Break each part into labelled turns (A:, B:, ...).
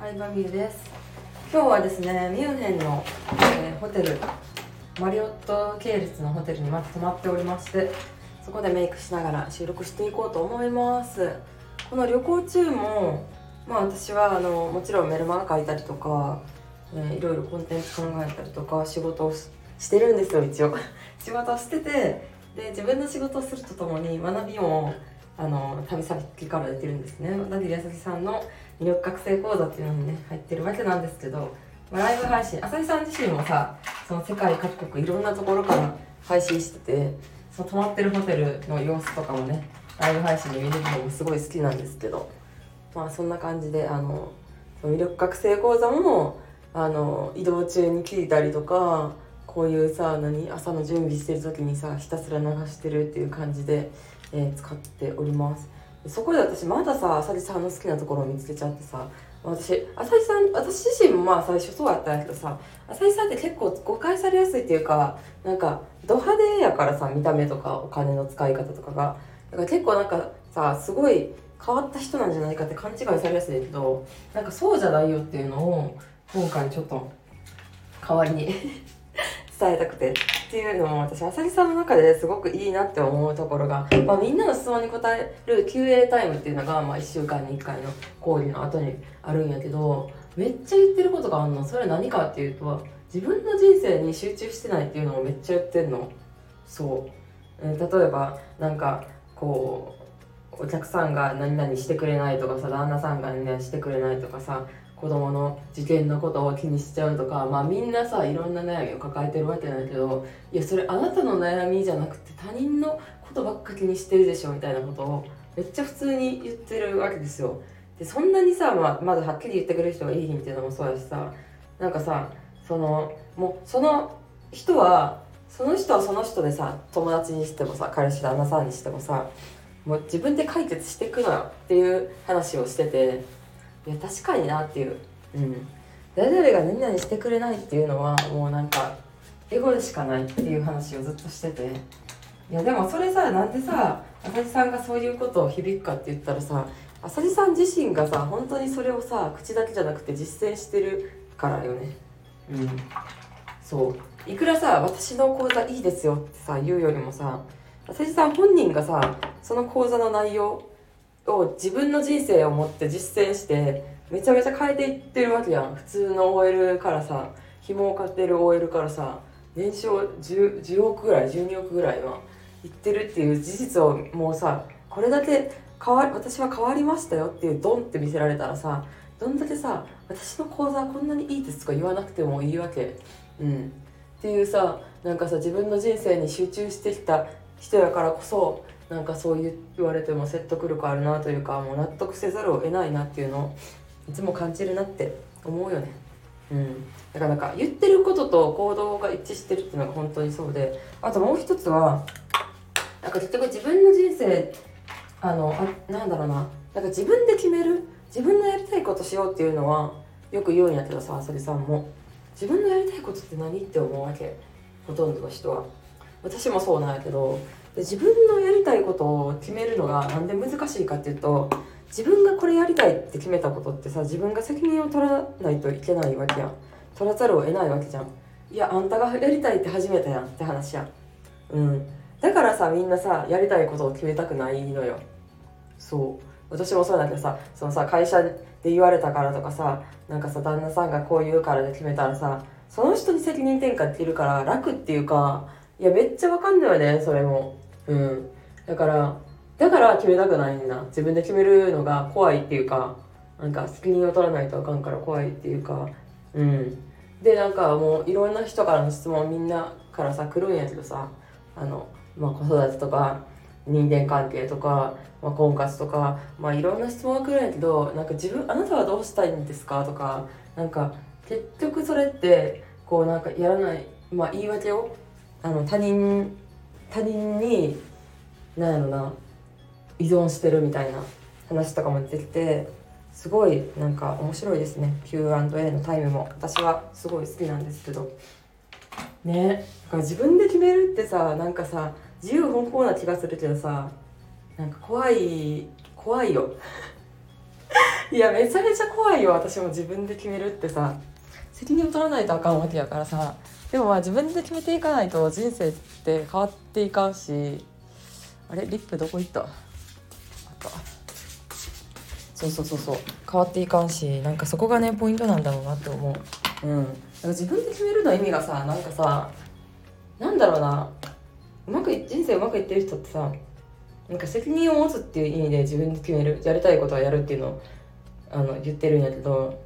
A: 相葉美優です。今日はですね、ミュンヘンの、ホテルマリオット系列のホテルにまた泊まっておりまして、そこでメイクしながら収録していこうと思います。この旅行中も、私はもちろんメルマガ書いたりとか、いろいろコンテンツ考えたりとか仕事をしてるんですよ。一応仕事をしてて、で自分の仕事をするとともに学びも旅先から出てるんですね。小田切あさひさんの魅力覚醒講座っていうのにね入ってるわけなんですけど、ライブ配信、あさひさん自身もさ、その世界各国いろんなところから配信してて、その泊まってるホテルの様子とかもねライブ配信で見れるのもすごい好きなんですけど、そんな感じで魅力覚醒講座も移動中に聞いたりとか、こういうさ朝の準備してる時にさひたすら流してるっていう感じで、使っております。そこで私まださ、あさりさんの好きなところを見つけちゃってさ、私自身も最初そうやったんやけどさ、あさりさんって結構誤解されやすいっていうか、ド派手やからさ、見た目とかお金の使い方とかがだから結構さ、すごい変わった人なんじゃないかって勘違いされやすいけど、そうじゃないよっていうのを今回ちょっと代わりに伝えたくてっていうのも、私あさりさんの中ですごくいいなって思うところが、みんなの質問に答える QA タイムっていうのが、1週間に1回の講義の後にあるんやけど、めっちゃ言ってることがあるの。それ何かっていうと、自分の人生に集中してないっていうのをめっちゃ言ってんの。そう、例えばこうお客さんが何々してくれないとかさ、旦那さんが何々してくれないとかさ、子供の受験のことを気にしちゃうとか、みんなさいろんな悩みを抱えてるわけなんだけど、いやそれあなたの悩みじゃなくて他人のことばっか気にしてるでしょみたいなことをめっちゃ普通に言ってるわけですよ。でそんなにさ、まずはっきり言ってくれる人がいいひんっていうのもそうやしさ、もうその人はその人でさ、友達にしてもさ、彼氏旦那さんにしてもさ、もう自分で解決していくのよっていう話をしてて、いや確かになっていう、誰々が何々してくれないっていうのはもうエゴでしかないっていう話をずっとしてて、いやでもそれさ、なんでさあさりさんがそういうことを響くかって言ったらさ、あさりさん自身がさ本当にそれをさ口だけじゃなくて実践してるからよね。そういくらさ私の講座いいですよってさ言うよりもさ、あさりさん本人がさその講座の内容を自分の人生を持って実践してめちゃめちゃ変えていってるわけやん。普通の OL からさ、紐を買ってる OL からさ、年商 10億ぐらい12億ぐらいはいってるっていう事実をもうさ、これだけ私は変わりましたよっていうドンって見せられたらさ、どんだけさ私の講座はこんなにいいですとか言わなくてもいいわけ。っていうさ、自分の人生に集中してきた人やからこそ、そう言われても説得力あるなというか、もう納得せざるを得ないなっていうのをいつも感じるなって思うよね。だから言ってることと行動が一致してるっていうのが本当にそうで、あともう一つは結局自分の人生自分で決める、自分のやりたいことしようっていうのはよく言うんやけどさ、あさりさんも自分のやりたいことって何って思うわけ、ほとんどの人は。私もそうなんやけど、自分のやりたいことを決めるのがなんで難しいかっていうと、自分がこれやりたいって決めたことってさ、自分が責任を取らないといけないわけやん。取らざるを得ないわけじゃん。いやあんたがやりたいって始めたやんって話やん。だからさ、みんなさやりたいことを決めたくないのよ。そう私もそうだけどさ、そのさ会社で言われたからとかさ、旦那さんがこう言うからで決めたらさ、その人に責任転嫁できるから楽っていうか、いやめっちゃわかんないよねそれも。だから決めたくないんだ。自分で決めるのが怖いっていうか、責任を取らないとあかんから怖いっていうか。でもういろんな人からの質問みんなからさ来るんやけどさ、子育てとか人間関係とか、婚活とか、いろんな質問が来るんやけど、あなたはどうしたいんですかとか、結局それってやらない、言い訳を他人に依存してるみたいな話とかも出てきて、すごい面白いですね。 Q&A のタイムも私はすごい好きなんですけどね。だから自分で決めるってさ、自由奔放な気がするけどさ、怖いよいやめちゃめちゃ怖いよ。私も自分で決めるってさ、責任を取らないとあかんわけやからさ。でもまあ自分で決めていかないと人生って変わっていかんし。あれリップどこ行った？あった。そう変わっていかんし、なんかそこがねポイントなんだろうなって思う。だから自分で決めるの意味がさ、なんかさ、なんだろうな、人生うまくいってる人ってさ、なんか責任を持つっていう意味で自分で決める、やりたいことはやるっていうのを言ってるんやけど、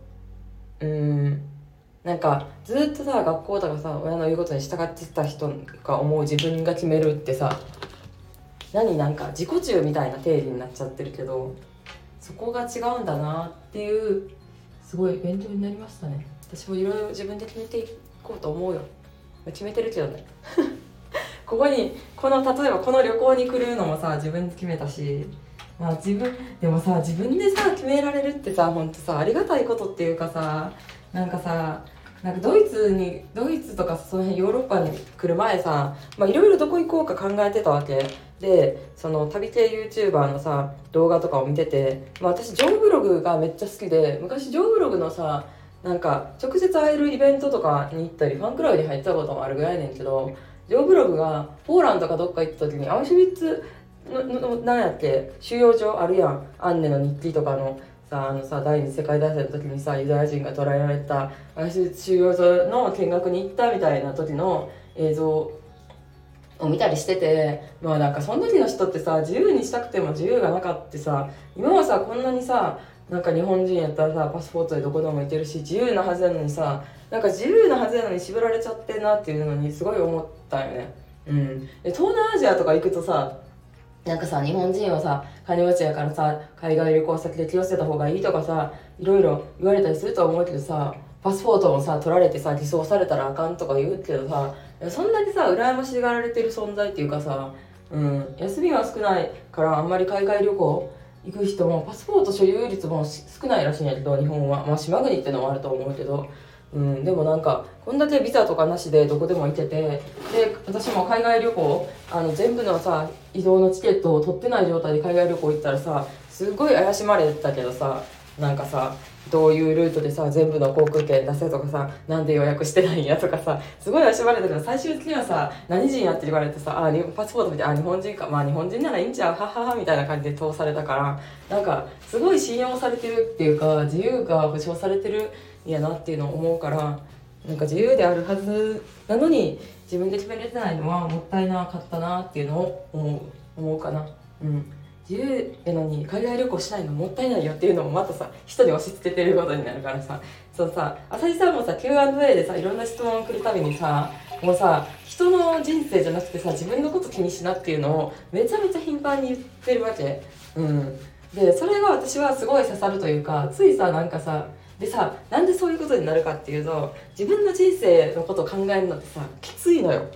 A: なんかずっとさ学校とかさ親の言うことに従ってた人が思う自分が決めるってさ、なんか自己中みたいな定義になっちゃってるけど、そこが違うんだなっていう、すごい勉強になりましたね。私もいろいろ自分で決めていこうと思うよ。決めてるけどね例えばこの旅行に来るのもさ自分で決めたし、まあでもさ自分でさ決められるってさ、ほんとさありがたいことっていうかさ、なんかドイツとかその辺ヨーロッパに来る前さ、いろいろどこ行こうか考えてたわけで、その旅系 YouTuber のさ動画とかを見てて、私ジョーブログがめっちゃ好きで、昔ジョーブログのさなんか直接会えるイベントとかに行ったりファンクラブに入ったこともあるぐらいねんけど、ジョーブログがポーランドかどっか行った時にアウシュビッツのなんやっけ収容所あるやん、アンネの日記とかのさ第二次世界大戦の時にさユダヤ人が捕らえられたアウシュビッツ収容所の見学に行ったみたいな時の映像を見たりしてて、なんかその時の人ってさ自由にしたくても自由がなかってさ、今はさこんなにさなんか日本人やったらさパスポートでどこでも行けるし自由なはずなのにさ、なんか自由なはずなのに縛られちゃってんなっていうのにすごい思ったよね。で東南アジアとか行くとさ、なんかさ日本人はさ金持ちやからさ海外旅行先で気をつけた方がいいとかさいろいろ言われたりするとは思うけどさ、パスポートもさ取られてさ偽装されたらあかんとか言うけどさ、そんなにさ羨ましがられてる存在っていうかさ、休みが少ないからあんまり海外旅行行く人もパスポート所有率も少ないらしいんやけど、日本は島国ってのもあると思うけど、でもなんかこんだけビザとかなしでどこでも行けて、で私も海外旅行全部のさ移動のチケットを取ってない状態で海外旅行行ったらさ、すごい怪しまれたけどさ、なんかさどういうルートでさ全部の航空券出せとかさ、なんで予約してないんやとかさ、すごい怪しまれたけど、最終的にはさ何人やって言われてさ、パスポート見て日本人か、日本人ならいいんちゃうはははみたいな感じで通されたから、なんかすごい信用されてるっていうか自由が保障されてるんやなっていうのを思うから、なんか自由であるはずなのに自分で決めれてないのはもったいなかったなっていうのを思うかな。自由やのに海外旅行しないのもったいないよっていうのもまたさ人に押し付けてることになるからさ、そうさ浅井さんもさ Q&A でさいろんな質問来るたびにさ、もうさ人の人生じゃなくてさ自分のこと気にしなっていうのをめちゃめちゃ頻繁に言ってるわけ。でそれが私はすごい刺さるというか、ついさなんかさでさ、なんでそういうことになるかっていうと、自分の人生のことを考えるのってさきついのよ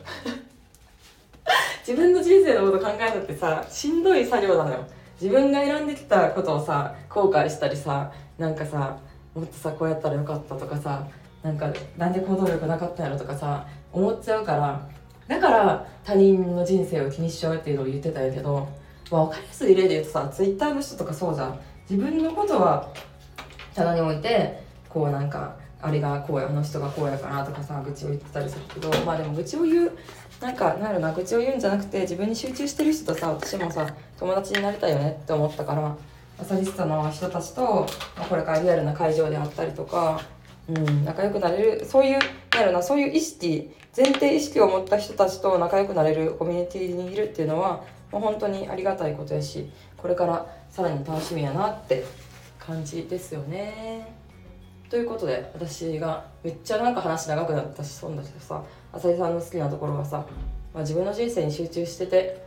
A: 自分の人生のこと考えるのってさしんどい作業なのよ。自分が選んできたことをさ後悔したりさ、なんかさもっとさこうやったらよかったとかさ、なんで行動力なかったんやろとかさ思っちゃうから、だから他人の人生を気にしちゃうっていうのを言ってたんやけど、分かりやすい例で言うとさ Twitter の人とかそうじゃん。自分のことは棚に置いてこうなんかあれがこうやあの人がこうやからとかさ愚痴を言ってたりするけど、でも愚痴を言う愚痴を言うんじゃなくて自分に集中してる人とさ、私もさ友達になりたいよねって思ったから、アサリストの人たちとこれからリアルな会場であったりとか、仲良くなれる、そういう前提意識を持った人たちと仲良くなれるコミュニティにいるっていうのはもう本当にありがたいことやし、これからさらに楽しみやなって感じですよね。ということで私がめっちゃなんか話長くなったしそうだけどさ、浅井さんの好きなところはさ、自分の人生に集中して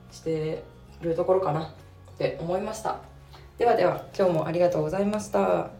A: るところかなって思いました。では今日もありがとうございました。